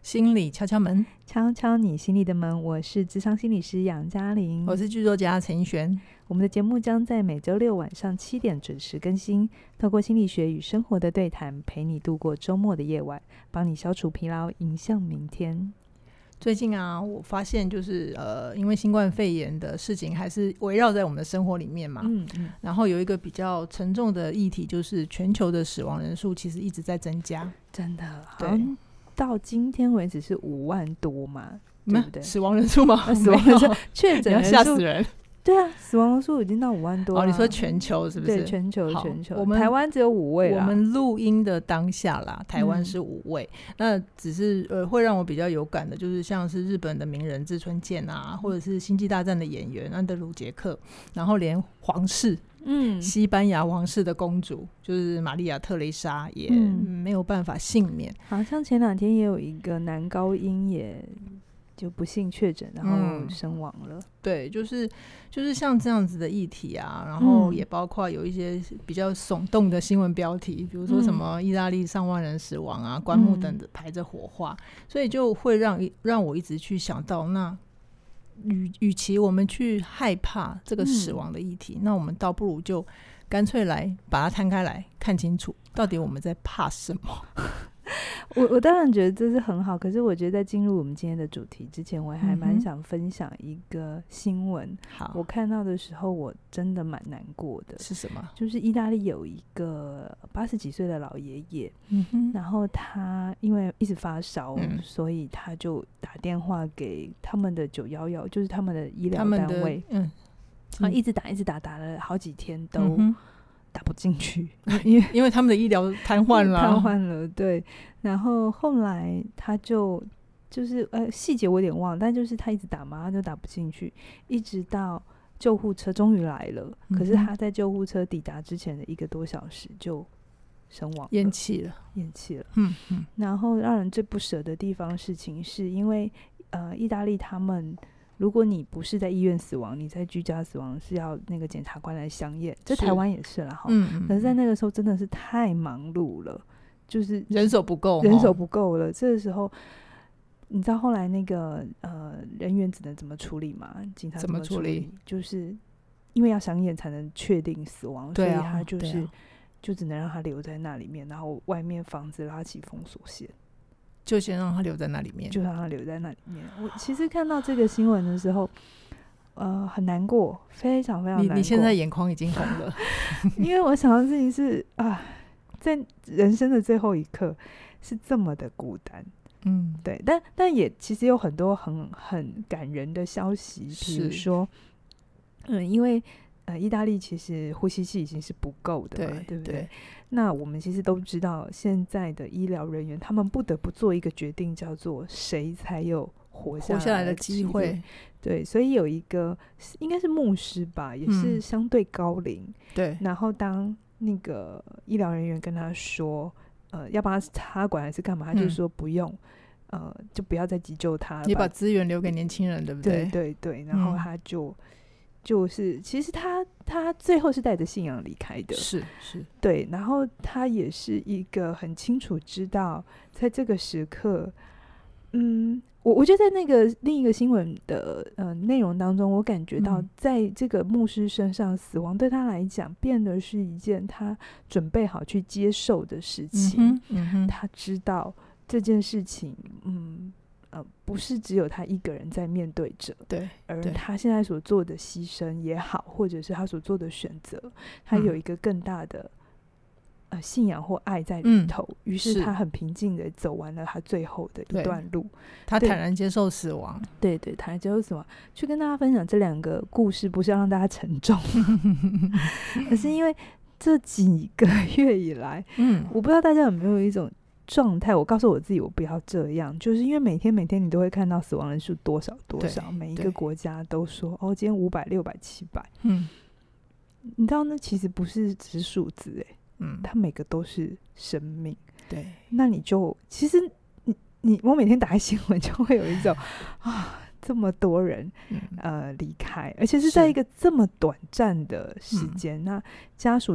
心理敲敲门， 敲敲你心里的门。我是諮商心理师杨嘉玲， 我是剧作家陈奕璇。 我们的节目将在每周六晚上7点准时更新，透过心理学与生活的对谈，陪你度过周末的夜晚，帮你消除疲劳，迎向明天。 最近啊，我发现就是因为新冠肺炎的事情还是围绕在我们的生活里面嘛，然后有一个比较沉重的议题，就是全球的死亡人数其实一直在增加， 真的，好像到今天为止是5万多嘛，对不对？ 死亡人数吗？ 死亡人数，确诊人数， 吓死人。 对啊，死亡人数已经到5万多了。 你说全球是不是？ 对，全球。 我们台湾只有5位啦。 我们录音的当下啦，台湾是5位。那只是会让我比较有感的，就是像是日本的名人志村健啊，或者是星际大战的演员安德鲁杰克，然后连皇室。西班牙王室的公主就是玛利亚特蕾莎也没有办法幸免。 好像前2天也有一个男高音也就不幸确诊，然后身亡了。 对，就是像这样子的议题啊，然后也包括有一些比较耸动的新闻标题，比如说什么意大利上万人死亡啊，棺木等的排着火化，所以就会让我一直去想到，那与其我们去害怕这个死亡的议题，那我们倒不如就干脆来把它摊开来看清楚，到底我们在怕什么。 我当然觉得这是很好，可是我觉得在进入我们今天的主题之前，我还蛮想分享一个新闻。我看到的时候我真的蛮难过的。 是什么？ 就是意大利有一个80几岁的老爷爷，然后他因为一直发烧，所以他就打电话给他们的911，就是他们的医疗单位，一直打了好几天都打不进去， 因为他们的医疗瘫痪了，对。然后后来他就是细节我有点忘了，但就是他一直打嘛，他就打不进去，一直到救护车终于来了，可是他在救护车抵达之前的1个多小时就身亡了，咽气了。然后让人最不舍的地方事情是因为意大利他们，如果你不是在医院死亡，你在居家死亡是要那个检察官来相验，这台湾也是啦，可是在那个时候真的是太忙碌了，就是人手不够了。这个时候你知道后来那个人员只能怎么处理吗？警察怎么处理？就是因为要相验才能确定死亡，所以他就只能让他留在那里面，然后外面房子拉起封锁线， 就先让他留在那里面， 我其实看到这个新闻的时候很难过，非常非常难过。 你现在眼眶已经红了因为我想到的事情是在人生的最后一刻是这么的孤单。对，但也其实有很多很感人的消息，比如说因为意大利其实呼吸器已经是不够的嘛，对不对？那我们其实都知道，现在的医疗人员他们不得不做一个决定，叫做谁才有活下来的机会。对，所以有一个应该是牧师吧，也是相对高龄，对。然后当那个医疗人员跟他说要帮他插管还是干嘛，他就说不用，就不要再急救他了， 你把资源留给年轻人，对不对？ 对。然后他就是其实他最后是带着信仰离开的，是对。然后他也是一个很清楚知道在这个时刻我觉得在那个另一个新闻的内容当中，我感觉到在这个牧师身上，死亡对他来讲变得是一件他准备好去接受的事情。他知道这件事情不是只有他一个人在面对着，对，而他现在所做的牺牲也好，或者是他所做的选择，他有一个更大的信仰或爱在里头，于是他很平静的走完了他最后的一段路， 他坦然接受死亡。对， 坦然接受死亡。去跟大家分享这2个故事，不是要让大家沉重而是因为这几个月以来我不知道大家有没有一种状态，我告诉我自己我不要这样，就是因为每天你都会看到死亡人数多少，每一个国家都说今天500、600、700，你知道那其实不是只是数字它每个都是生命。对，那你就其实我每天打开新闻就会有一种这么多人离开，而且是在一个这么短暂的时间，那家属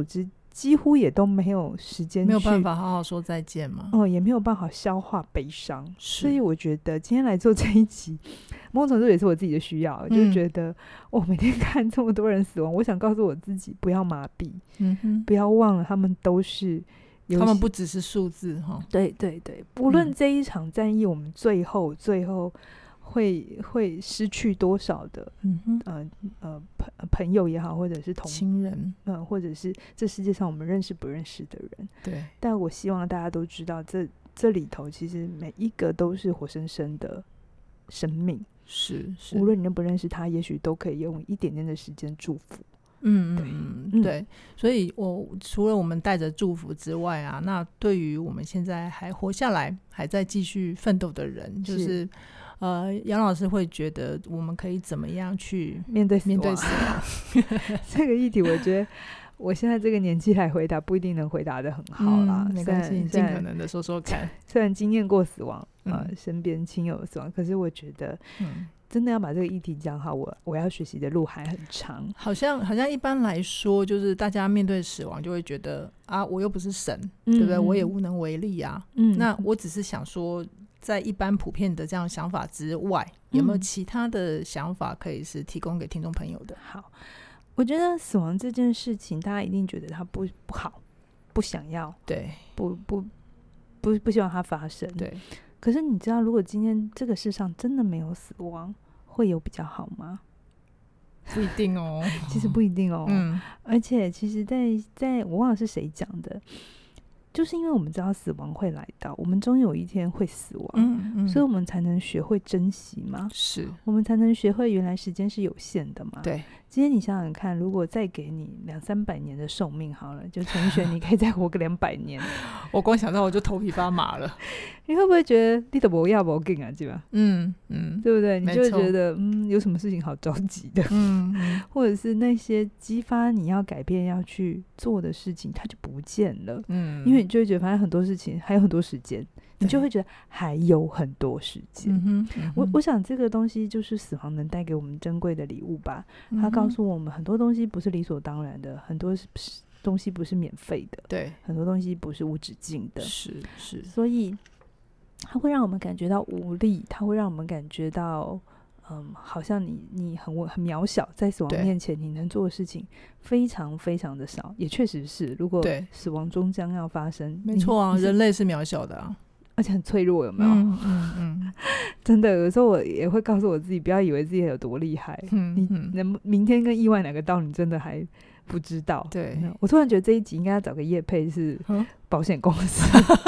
几乎也都没有时间， 没有办法好好说再见嘛， 也没有办法消化悲伤。所以我觉得今天来做这一集，某种程度也是我自己的需要，就是觉得每天看这么多人死亡，我想告诉我自己不要麻痹，不要忘了他们都是， 他们不只是数字对对对，不论这一场战役我们最后会失去多少的朋友也好，或者是亲人， 或者是这世界上我们认识不认识的人， 对， 但我希望大家都知道这里头其实每一个都是活生生的生命， 是无论你认不认识他，也许都可以用一点点的时间祝福。 对，所以除了我们带着祝福之外啊，那对于我们现在还活下来还在继续奋斗的人，就是杨老师会觉得我们可以怎么样去面对死亡这个议题，我觉得我现在这个年纪来回答不一定能回答得很好啦， 没关系，尽可能的说说看。 虽然经验过死亡，身边亲友的死亡，可是我觉得真的要把这个议题讲好，我要学习的路还很长。 好像一般来说，就是大家面对死亡就会觉得啊，我又不是神，对不对？我也无能为力啊。那我只是想说，在一般普遍的这样想法之外，有没有其他的想法可以是提供给听众朋友的？ 好，我觉得死亡这件事情，大家一定觉得它不好，不想要， 对， 不希望它发生， 对。 可是你知道，如果今天这个世上真的没有死亡，会有比较好吗？ 不一定哦， 其实不一定哦。而且其实在我忘了是谁讲的，就是因为我们知道死亡会来到，我们终有一天会死亡，所以我们才能学会珍惜嘛。 是， 我们才能学会原来时间是有限的嘛。 对。 今天你想想看，如果再给你200-300年的寿命好了，就陈奕迅你可以再活个200年， 我光想到我就头皮发麻了。 你会不会觉得你都不要不紧啊，对吧？对不对？你就会觉得有什么事情好着急的，或者是那些激发你要改变要去做的事情，它就不见了。因为你就会觉得反正很多事情还有很多时间，你就会觉得还有很多时间。我想这个东西就是死亡能带给我们珍贵的礼物吧。它告诉我们很多东西不是理所当然的，很多东西不是免费的，对，很多东西不是无止境的，是，所以它会让我们感觉到无力，它会让我们感觉到好像你很渺小，在死亡面前你能做的事情非常非常的少，也确实是，如果死亡终将要发生，没错啊，人类是渺小的啊，而且很脆弱，有没有？真的，有时候我也会告诉我自己，不要以为自己有多厉害，你明天跟意外哪个到，你真的还不知道。对，我突然觉得这一集应该要找个业配是保险公司。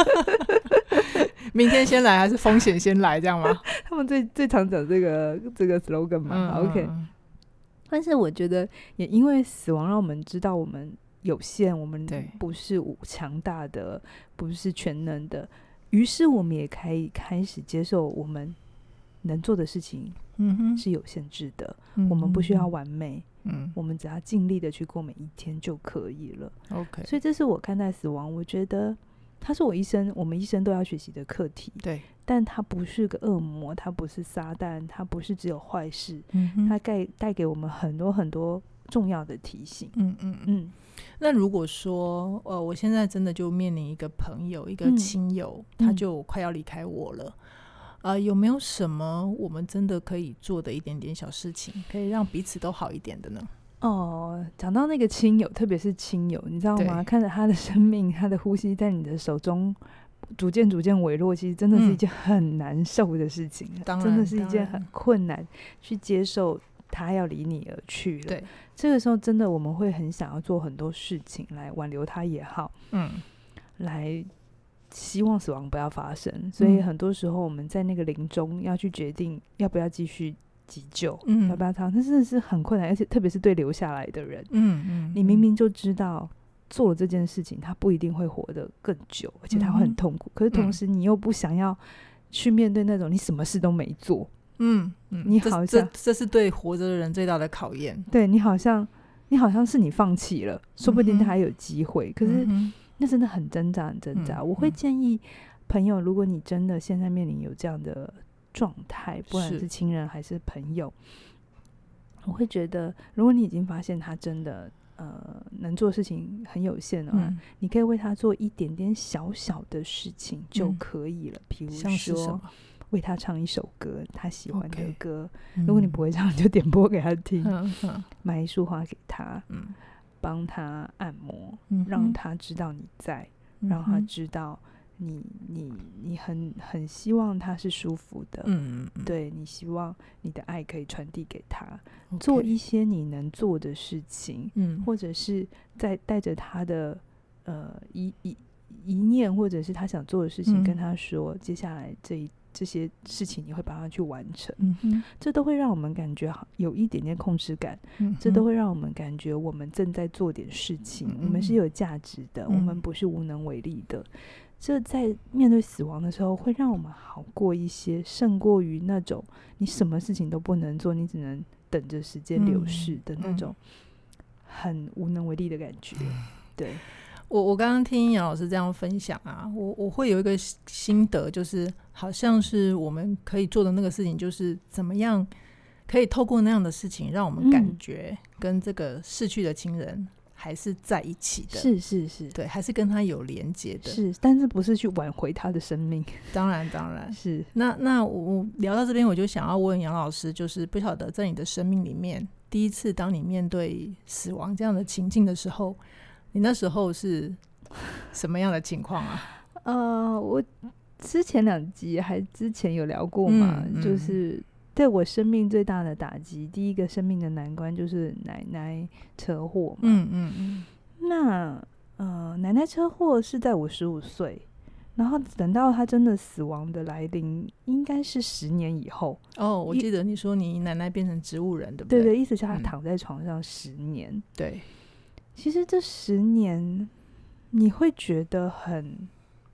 明天先来还是风险先来这样吗？他们最常讲这个 slogan 嘛。OK， 但是我觉得也因为死亡让我们知道我们有限，我们不是强大的，不是全能的，于是我们也可以开始接受我们能做的事情是有限制的，我们不需要完美，我们只要尽力的去过每一天就可以了。OK， 所以这是我看待死亡，我觉得它是我们一生都要学习的课题。对，但它不是个恶魔，它不是撒旦，它不是只有坏事，它带给我们很多很多重要的提醒。那如果说我现在真的就面临一个朋友一个亲友，他就快要离开我了，有没有什么我们真的可以做的一点点小事情，可以让彼此都好一点的呢？讲到那个亲友，特别是亲友，你知道吗？看着他的生命，他的呼吸在你的手中逐渐微弱，其实真的是一件很难受的事情，真的是一件很困难去接受他要离你而去了。对，这个时候真的我们会很想要做很多事情来挽留他也好，来希望死亡不要发生。所以很多时候我们在那个临终要去决定要不要继续急救，要不要那真的是很困难，而且特别是对留下来的人，你明明就知道做了这件事情他不一定会活得更久，而且他会很痛苦，可是同时你又不想要去面对那种你什么事都没做，你好像这是对活着的人最大的考验。对，你好像是你放弃了，说不定他还有机会，可是那真的很挣扎。我会建议朋友，如果你真的现在面临有这样的状态，不管是亲人还是朋友，我会觉得如果你已经发现他真的能做的事情很有限的话，你可以为他做一点点小小的事情就可以了。比如说为他唱一首歌他喜欢的歌，如果你不会唱就点播给他听，买一束花给他，帮他按摩，让他知道你在，让他知道你很希望他是舒服的，对，你希望你的爱可以传递给他，做一些你能做的事情，或者是在带着他的一念或者是他想做的事情跟他说，接下来这些事情你会帮他去完成，这都会让我们感觉有一点点控制感，这都会让我们感觉我们正在做点事情，我们是有价值的，我们不是无能为力的。这在面对死亡的时候会让我们好过一些，胜过于那种你什么事情都不能做，你只能等着时间流逝的那种很无能为力的感觉。对， 我刚刚听杨老师这样分享啊，我会有一个心得，就是好像是我们可以做的那个事情，就是怎么样可以透过那样的事情让我们感觉跟这个逝去的亲人还是在一起的， 是， 对，还是跟他有连结的， 是，但是不是去挽回他的生命。 当然是。那我聊到这边，我就想要问杨老师，就是不晓得在你的生命里面，第一次当你面对死亡这样的情境的时候，你那时候是什么样的情况啊？ 我之前2集还之前有聊过嘛，就是对我生命最大的打击，第一个生命的难关就是奶奶车祸嘛。那奶奶车祸是在我15岁，然后等到她真的死亡的来临，应该是10年以后。 我记得你说你奶奶变成植物人，对不对？ 对，意思是她躺在床上10年。 对， 其实这10年你会觉得很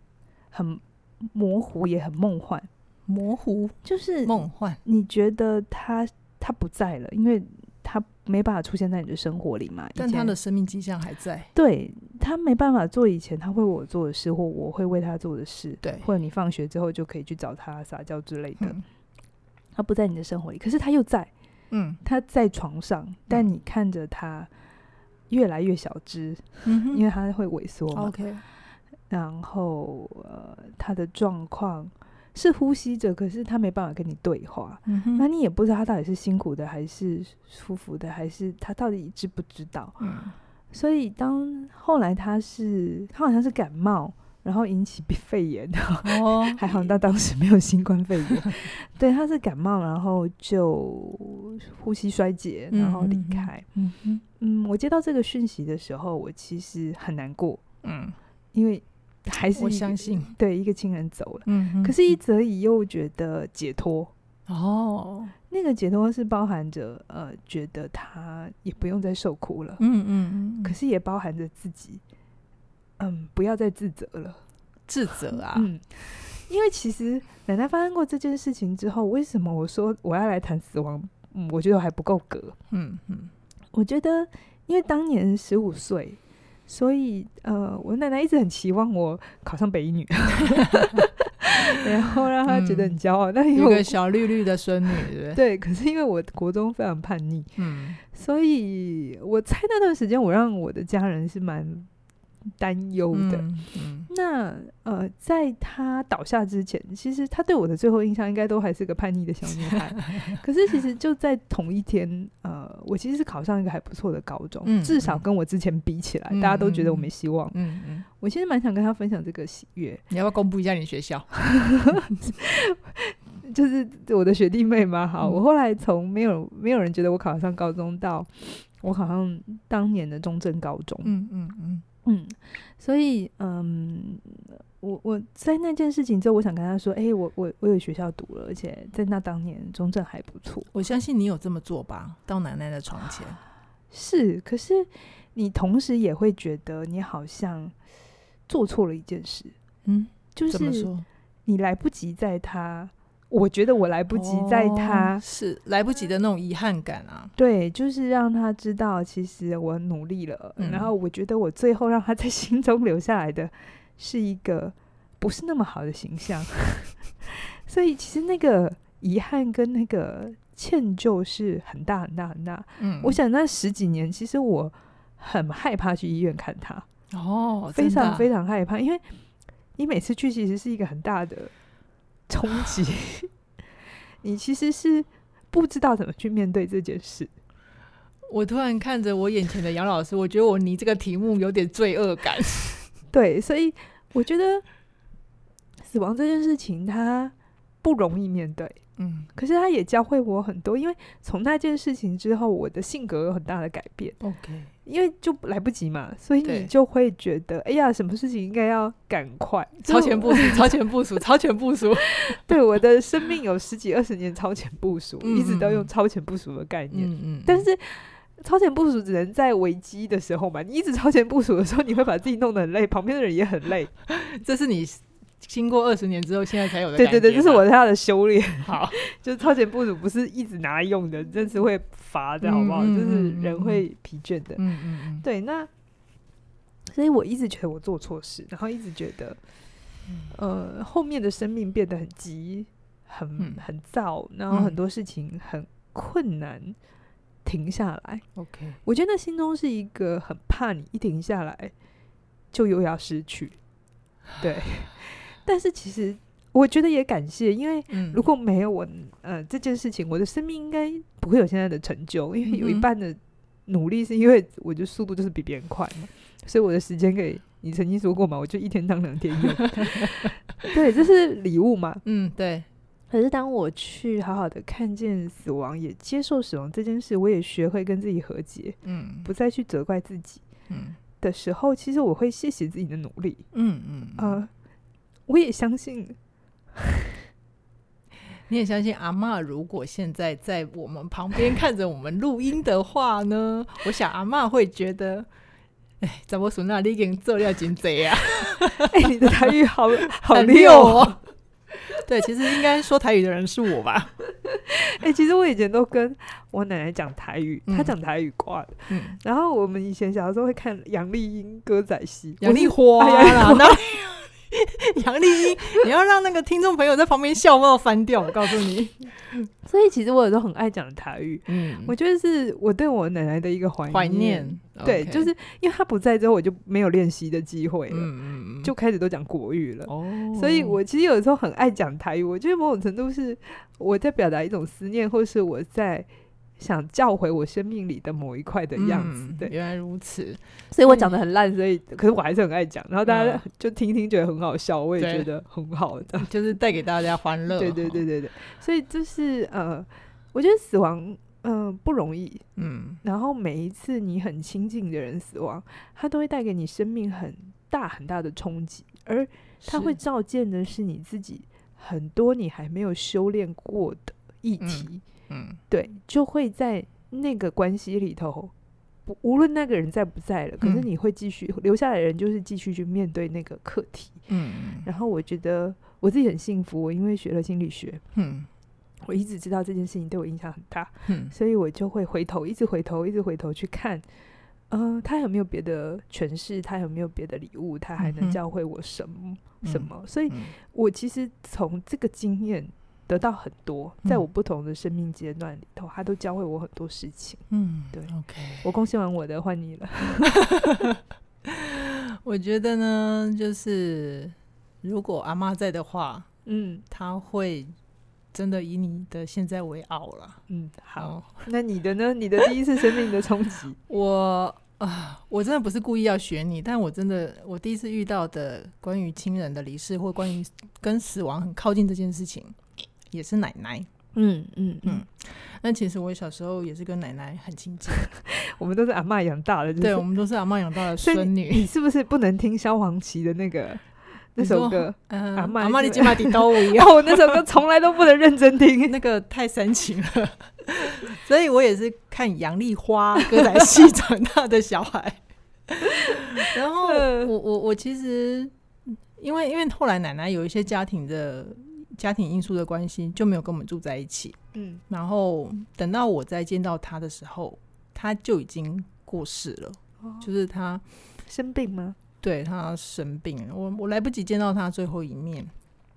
模糊，也很梦幻。 模糊就是梦幻， 你觉得他不在了，因为他没办法出现在你的生活里嘛， 但他的生命迹象还在。 对，他没办法做以前他会为我做的事，或我会为他做的事， 对， 或者你放学之后就可以去找他撒娇之类的。他不在你的生活里，可是他又在，他在床上，但你看着他越来越小只，因为他会萎缩嘛。 OK， 然后他的状况是呼吸着，可是他没办法跟你对话，那你也不知道他到底是辛苦的还是舒服的，还是他到底知不知道。所以当后来他好像是感冒，然后引起肺炎，还好他当时没有新冠肺炎。对，他是感冒，然后就呼吸衰竭，然后离开。我接到这个讯息的时候，我其实很难过，因为还是我相信对一个亲人走了，可是一则以又觉得解脱。那个解脱是包含着觉得他也不用再受苦了，可是也包含着自己不要再自责了。 自责啊， 因为其实奶奶发生过这件事情之后，为什么我说我要来谈死亡，我觉得我还不够格。我觉得因为当年15岁，所以我奶奶一直很期望我考上北一女然后让她觉得很骄傲。但有个小绿绿的孙女，对不对？ 对，可是因为我国中非常叛逆，所以我猜那段时间我让我的家人是蛮担忧的。那在他倒下之前，其实他对我的最后印象应该都还是个叛逆的小女孩可是其实就在同一天我其实是考上一个还不错的高中，至少跟我之前比起来，大家都觉得我没希望。我其实蛮想跟他分享这个喜悦。 你要不要公布一下你学校就是我的学弟妹嘛。好，我后来从没有人觉得我考上高中，到我考上当年的中正高中。所以我在那件事情之后，我想跟他说，我有学校读了，而且在那当年中正还不错。 我相信你有这么做吧，到奶奶的床前。 是，可是你同时也会觉得你好像做错了一件事。就是你来不及在他，我觉得我来不及在他， 是来不及的那种遗憾感啊。 对，就是让他知道其实我努力了，然后我觉得我最后让他在心中留下来的是一个不是那么好的形象所以其实那个遗憾跟那个歉疚是很大很大很大。我想那10几年其实我很害怕去医院看他非常非常害怕，因为你每次去其实是一个很大的冲击你其实是不知道怎么去面对这件事。 我突然看着我眼前的杨老师，我觉得我拟这个题目有点罪恶感对，所以我觉得死亡这件事情它不容易面对，可是它也教会我很多，因为从那件事情之后我的性格有很大的改变。 OK， 因为就来不及嘛，所以你就会觉得哎呀，什么事情应该要赶快超前部署超前部署超前部署对，我的生命有10几20年超前部署一直都用超前部署的概念但是超前部署只能在危机的时候嘛，你一直超前部署的时候你会把自己弄得很累，旁边的人也很累这是你经过20年之后现在才有的感觉。 对对对，这是我他的修炼好就是超前部署不是一直拿来用的，这是会乏的好不好就是人会疲倦的对，那所以我一直觉得我做错事，然后一直觉得后面的生命变得很急很躁，然后很多事情很困难停下来。 OK， 我觉得那心中是一个很怕你一停下来就又要失去对但是其实我觉得也感谢，因为如果没有我这件事情，我的生命应该不会有现在的成就，因为有一半的努力是因为我的速度就是比别人快嘛，所以我的时间可以，你曾经说过嘛，我就1天当2天用对，这是礼物嘛对。 可是当我去好好的看见死亡，也接受死亡这件事，我也学会跟自己和解不再去责怪自己的时候，其实我会谢谢自己的努力我也相信你也相信阿嬷如果现在在我们旁边看着我们录音的话呢我想阿嬷会觉得哎，怎么说那你已经做了真多啊你的台语好溜哦对，其实应该说台语的人是我吧其实我以前都跟我奶奶讲台语她讲台语挂的然后我们以前小时候会看杨丽英歌仔戏， 杨丽花啦杨丽英你要让那个听众朋友在旁边笑到翻掉我告诉你所以其实我有时候很爱讲台语我觉得是我对我奶奶的一个怀念对就是因为她不在之后我就没有练习的机会了就开始都讲国语了所以我其实有时候很爱讲台语，我觉得某种程度是我在表达一种思念，或是我在想叫回我生命里的某一块的样子对， 原来如此， 所以我讲得很烂，所以可是我还是很爱讲，然后大家就听听觉得很好笑，我也觉得很好的就是带给大家欢乐对对对对对，所以就是我觉得死亡不容易然后每一次你很亲近的人死亡，他都会带给你生命很大很大的冲击，而他会照见的是你自己很多你还没有修炼过的议题对，就会在那个关系里头无论那个人在不在了可是你会继续留下来的人就是继续去面对那个课题然后我觉得我自己很幸福，我因为学了心理学我一直知道这件事情对我影响很大所以我就会一直回头去看他有没有别的诠释，他有没有别的礼物，他还能教会我什么所以我其实从这个经验得到很多，在我不同的生命阶段里头他都教会我很多事情对 OK， 我贡献完我的，换你了我觉得呢就是如果阿嬷在的话她会真的以你的现在为傲了好那你的呢？你的第一次生命的冲击我真的不是故意要学你，但我第一次遇到的关于亲人的离世或关于跟死亡很靠近这件事情也是奶奶但其实我小时候也是跟奶奶很亲近我们都是阿嬷养大的对，我们都是阿嬷养大的孙女你是不是不能听萧煌奇的那首歌阿嬷你今晚在哪里那首歌从来都不能认真听那个太煽情了所以我也是看杨丽花歌仔戏长大的小孩然后我其实因为后来奶奶有一些家庭因素的关系就没有跟我们住在一起然后等到我再见到她的时候她就已经过世了就是她生病吗？ 对，她生病了，我来不及见到她最后一面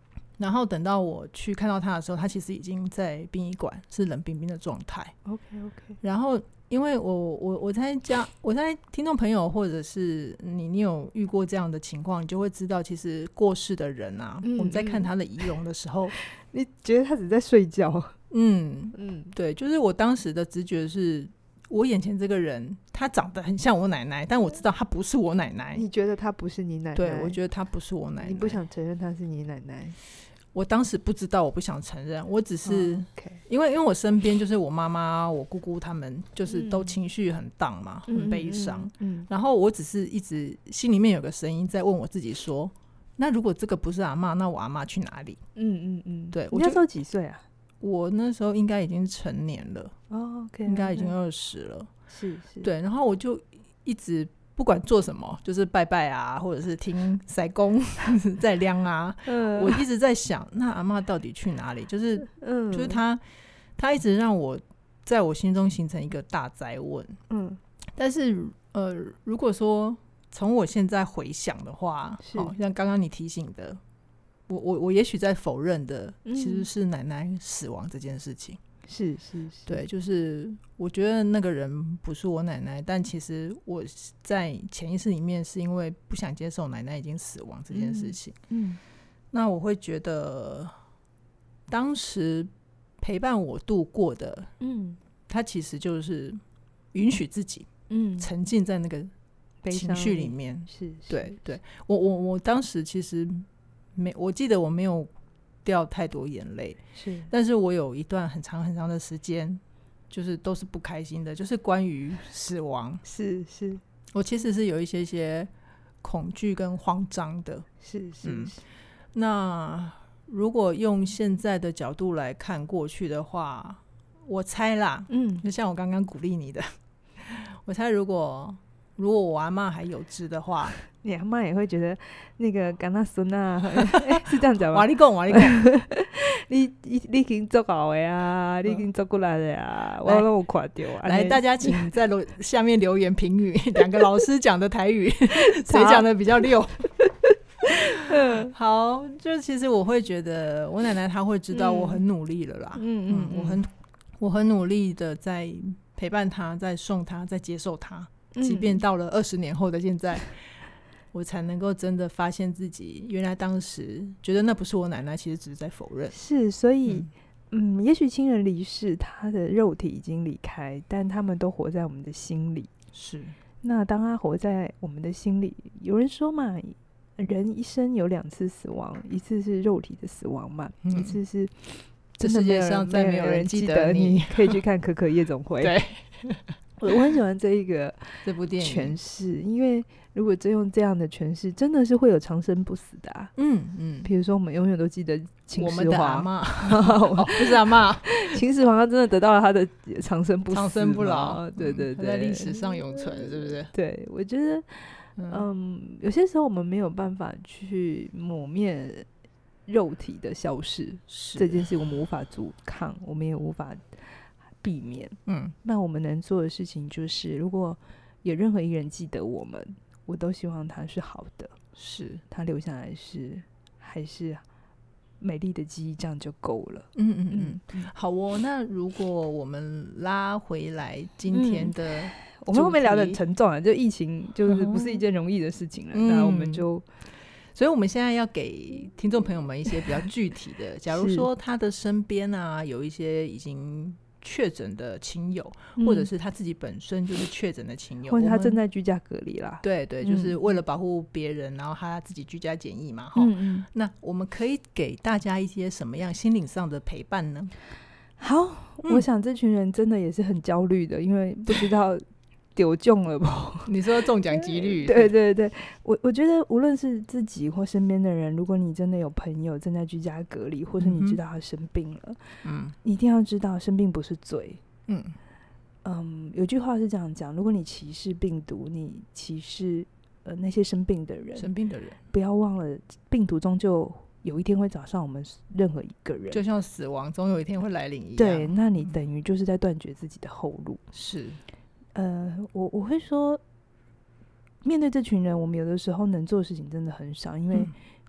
然后等到我去看到他的时候，他其实已经在殡仪馆，是冷冰冰的状态。 OK， 然后因为我在听众朋友或者是你有遇过这样的情况，你就会知道，其实过世的人啊，我们在看他的仪容的时候， 你觉得他只在睡觉？ 对，就是我当时的直觉是，我眼前这个人他长得很像我奶奶，但我知道他不是我奶奶。 你觉得他不是你奶奶？ 对，我觉得他不是我奶奶。 你不想承认他是你奶奶？ 我当时不知道，我不想承认，我只是、因为我身边就是我妈妈我姑姑他们就是都情绪很荡嘛，很悲伤，然后我只是一直心里面有个声音在问我自己说，那如果这个不是阿嬷，那我阿嬷去哪里？对。 你那时候几岁啊？ 我那时候应该已经成年了应该已经20了。 是对。然后我就一直不管做什么，就是拜拜啊，或者是听塞公在亮啊，我一直在想，那阿嬷到底去哪里？就是他一直让我在我心中形成一个大哉问。但是如果说从我现在回想的话，像刚刚你提醒的，我也许在否认的其实是奶奶死亡这件事情。 是对，就是我觉得那个人不是我奶奶，但其实我在潜意识里面是因为不想接受奶奶已经死亡这件事情。那我会觉得当时陪伴我度过的，他其实就是允许自己沉浸在那个情绪里面。对，我当时其实我记得我没有掉太多眼泪，但是我有一段很长很长的时间就是都是不开心的，就是关于死亡。是我其实是有一些恐惧跟慌张的。那如果用现在的角度来看过去的话，我猜啦，就像我刚刚鼓励你的，我猜如果我阿嬷还有志的话， 你阿嬷也会觉得那个干那孙啊是这样讲吗？ 我跟你讲你已经做好的啊，你已经做过来的啊，我都有看到啊。 来，大家请在下面留言评语，两个老师讲的台语谁讲的比较溜？好，就其实我会觉得我奶奶她会知道我很努力了啦。我很努力的在陪伴她，在送她，在接受她，即便到了20年后的现在，我才能够真的发现自己原来当时觉得那不是我奶奶，其实只是在否认。 所以也许亲人离世，他的肉体已经离开，但他们都活在我们的心里。那当他活在我们的心里，有人说嘛，人一生有2次死亡，一次是肉体的死亡嘛，一次是这世界上再没有人记得你。 可以去看可可夜总会。 对， 我很喜欢这部电影诠释，因为如果真用这样的诠释，真的是会有长生不死的啊。比如说我们永远都记得秦始皇， 我们的阿嬷不是阿嬷秦始皇他真的得到了他的长生不死， 长生不老。对， 他在历史上永存，是不是？ 对，我觉得有些时候我们没有办法去抹灭肉体的消失这件事，我们无法阻抗，我们也无法避免。那我们能做的事情就是，如果有任何一个人记得我们，我都希望他是好的，他留下来还是美丽的记忆，这样就够了。 好哦。那如果我们拉回来今天的我们后面聊得很沉重啊，就疫情就是不是一件容易的事情了。那我们所以我们现在要给听众朋友们一些比较具体的假如说他的身边啊有一些已经确诊的亲友，或者是他自己本身就是确诊的亲友， 或者他正在居家隔离啦。 对，就是为了保护别人，然后他自己居家检疫嘛。那我们可以给大家一些什么样心灵上的陪伴呢？ 好，我想这群人真的也是很焦虑的，因为不知道丢中了吧？ 你说中奖几率？ 对，我觉得无论是自己或身边的人，如果你真的有朋友正在居家隔离，或是你知道他生病了，你一定要知道生病不是罪。有句话是这样讲：如果你歧视病毒，你歧视那些生病的人，不要忘了，病毒终究有一天会找上我们任何一个人， 就像死亡总有一天会来临一样。 对，那你等于就是在断绝自己的后路。我会说，面对这群人，我们有的时候能做的事情真的很少，因为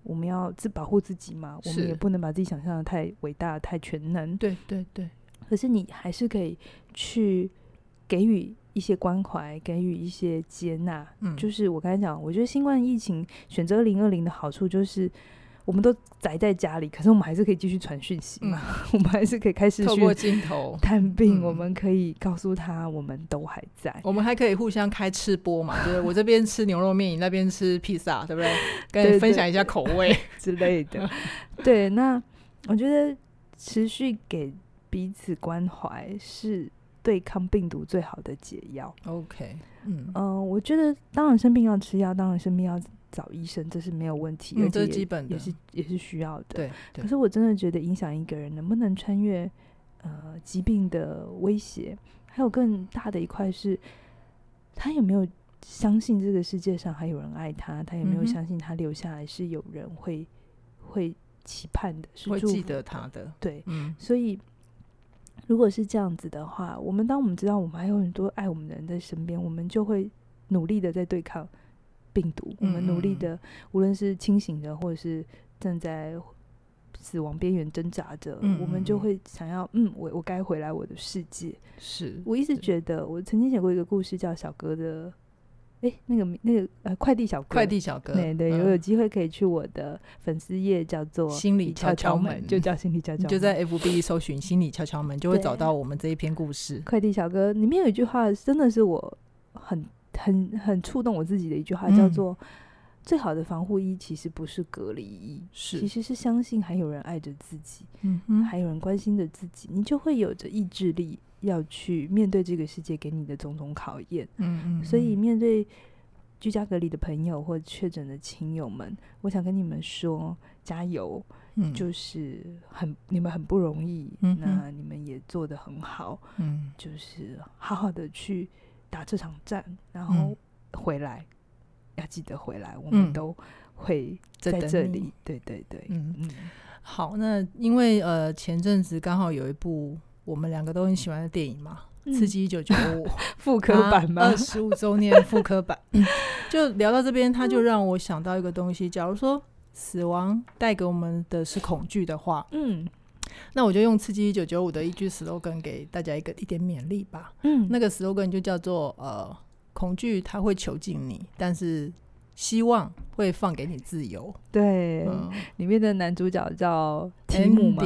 我们要保护自己嘛，我们也不能把自己想象的太伟大太全能， 对对对， 可是你还是可以去给予一些关怀，给予一些接纳。就是我刚才讲，我觉得新冠疫情选择2020的好处就是我们都宅在家里，可是我们还是可以继续传讯息嘛，我们还是可以开始透过镜头探病，我们可以告诉他我们都还在， 我们还可以互相开吃播嘛，就是我这边吃牛肉面，你那边吃披萨，对不对？跟你分享一下口味之类的。对，那我觉得持续给彼此关怀是对抗病毒最好的解药。 OK， 我觉得当然生病要吃药，当然生病要找医生，这是没有问题， 这是基本的， 也是需要的。 对， 可是我真的觉得影响一个人能不能穿越疾病的威胁，还有更大的一块是他有没有相信这个世界上还有人爱他，他有没有相信他留下来是有人会期盼的，是会记得他的。 对，所以如果是这样子的话，当我们知道我们还有很多爱我们的人在身边，我们就会努力的在对抗病毒，我们努力的，无论是清醒的或者是正在死亡边缘挣扎着，我们就会想要我该回来我的世界。 是我一直觉得，我曾经写过一个故事叫小哥的那个快递小哥，对，有机会可以去我的粉丝页叫做心理敲敲门， 就叫心理敲敲门， 就在 FB 搜寻心理敲敲门，就会找到我们这一篇故事。 快递小哥里面有一句话真的是我很触动我自己的一句话，叫做最好的防护衣其实不是隔离衣，其实是相信还有人爱着自己，还有人关心着自己，你就会有着意志力要去面对这个世界给你的种种考验。所以面对居家隔离的朋友或确诊的亲友们，我想跟你们说加油，就是你们很不容易，那你们也做得很好，就是好好的去打这场战，然后回来，要记得回来，我们都会在这里。对对对， 好，那因为前阵子刚好有一部我们两个都很喜欢的电影嘛，刺激1995 复刻版嘛 ，25周年复刻版就聊到这边，他就让我想到一个东西，假如说死亡带给我们的是恐惧的话，那我就用刺激1995的一句 slogan 给大家一点勉励吧。那个 slogan 就叫做恐惧它会囚禁你，但是希望会放给你自由。 对，里面的男主角叫提姆嘛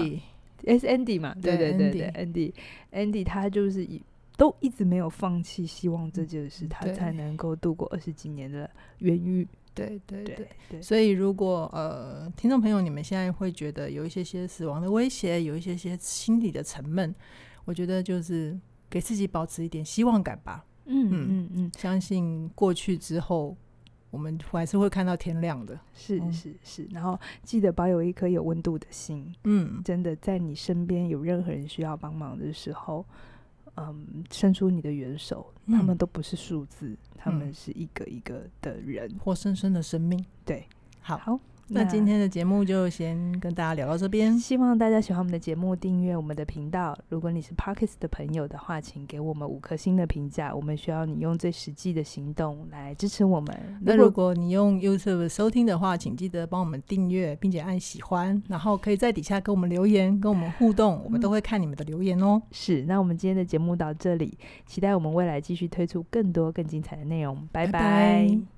，Andy 嘛，对对对对 ，Andy 他就是都一直没有放弃希望这件事，他才能够度过20几年的冤狱。 对对 对，所以如果听众朋友你们现在会觉得有一些死亡的威胁，有一些心理的沉闷，我觉得就是给自己保持一点希望感吧。相信过去之后我们还是会看到天亮的。是， 然后记得保有一颗有温度的心。真的在你身边有任何人需要帮忙的时候，伸出你的援手，他们都不是数字，他们是一个一个的人， 活生生的生命。 对， 好，那今天的节目就先跟大家聊到这边， 希望大家喜欢我们的节目，订阅我们的频道。如果你是 Podcast 的朋友的话，请给我们5颗星的评价，我们需要你用最实际的行动来支持我们。 那如果你用 YouTube 收听的话，请记得帮我们订阅并且按喜欢，然后可以在底下跟我们留言，跟我们互动，我们都会看你们的留言哦。 是，那我们今天的节目到这里，期待我们未来继续推出更多更精彩的内容。拜拜。